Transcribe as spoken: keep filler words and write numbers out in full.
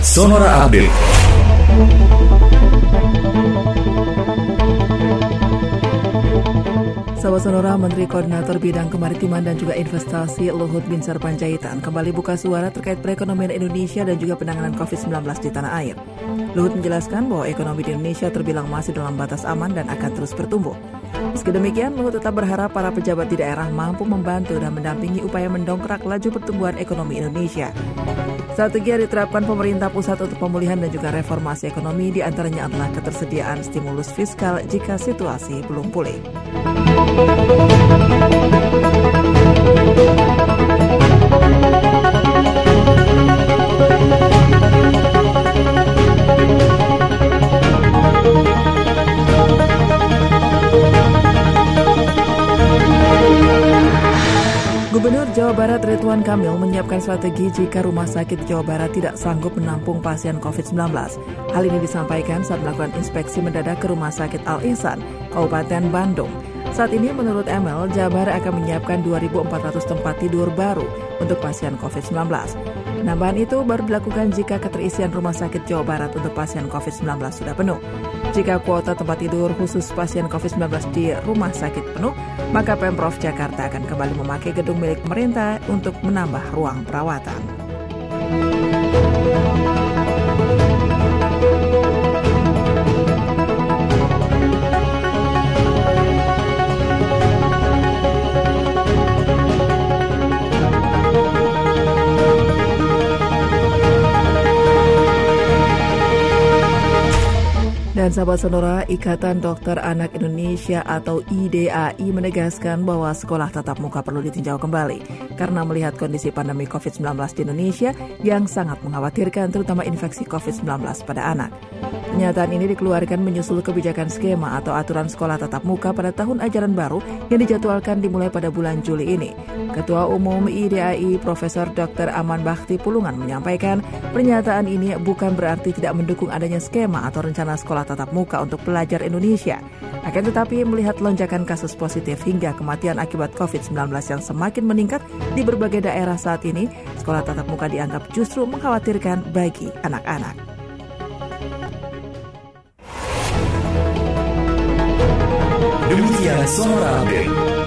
Sonora Update. Sahabat Sonora, Menteri Koordinator Bidang Kemaritiman dan juga Investasi Luhut Binsar Panjaitan kembali buka suara terkait perekonomian Indonesia dan juga penanganan covid sembilan belas di tanah air. Luhut menjelaskan bahwa ekonomi di Indonesia terbilang masih dalam batas aman dan akan terus bertumbuh. Meski demikian, Luhut tetap berharap para pejabat di daerah mampu membantu dan mendampingi upaya mendongkrak laju pertumbuhan ekonomi Indonesia. Strategi yang diterapkan pemerintah pusat untuk pemulihan dan juga reformasi ekonomi diantaranya adalah ketersediaan stimulus fiskal jika situasi belum pulih. Gubernur Jawa Barat Ridwan Kamil menyiapkan strategi jika Rumah Sakit Jawa Barat tidak sanggup menampung pasien covid sembilan belas. Hal ini disampaikan saat melakukan inspeksi mendadak ke Rumah Sakit Al-Ihsan, Kabupaten Bandung. Saat ini menurut M L, Jabar akan menyiapkan dua ribu empat ratus tempat tidur baru untuk pasien covid sembilan belas. Penambahan itu baru dilakukan jika keterisian Rumah Sakit Jawa Barat untuk pasien covid sembilan belas sudah penuh. Jika kuota tempat tidur khusus pasien covid sembilan belas di rumah sakit penuh, maka Pemprov Jakarta akan kembali memakai gedung milik pemerintah untuk menambah ruang perawatan. Dan sahabat Sonora, Ikatan Dokter Anak Indonesia atau I D A I menegaskan bahwa sekolah tatap muka perlu ditinjau kembali karena melihat kondisi pandemi covid sembilan belas di Indonesia yang sangat mengkhawatirkan terutama infeksi covid sembilan belas pada anak. Pernyataan ini dikeluarkan menyusul kebijakan skema atau aturan sekolah tatap muka pada tahun ajaran baru yang dijadwalkan dimulai pada bulan Juli ini. Ketua Umum I D A I Profesor Doktor Aman Bakti Pulungan menyampaikan pernyataan ini bukan berarti tidak mendukung adanya skema atau rencana sekolah tatap muka untuk pelajar Indonesia. Akan tetapi melihat lonjakan kasus positif hingga kematian akibat covid sembilan belas yang semakin meningkat di berbagai daerah saat ini, sekolah tatap muka dianggap justru mengkhawatirkan bagi anak-anak. Demikian Sonora Update.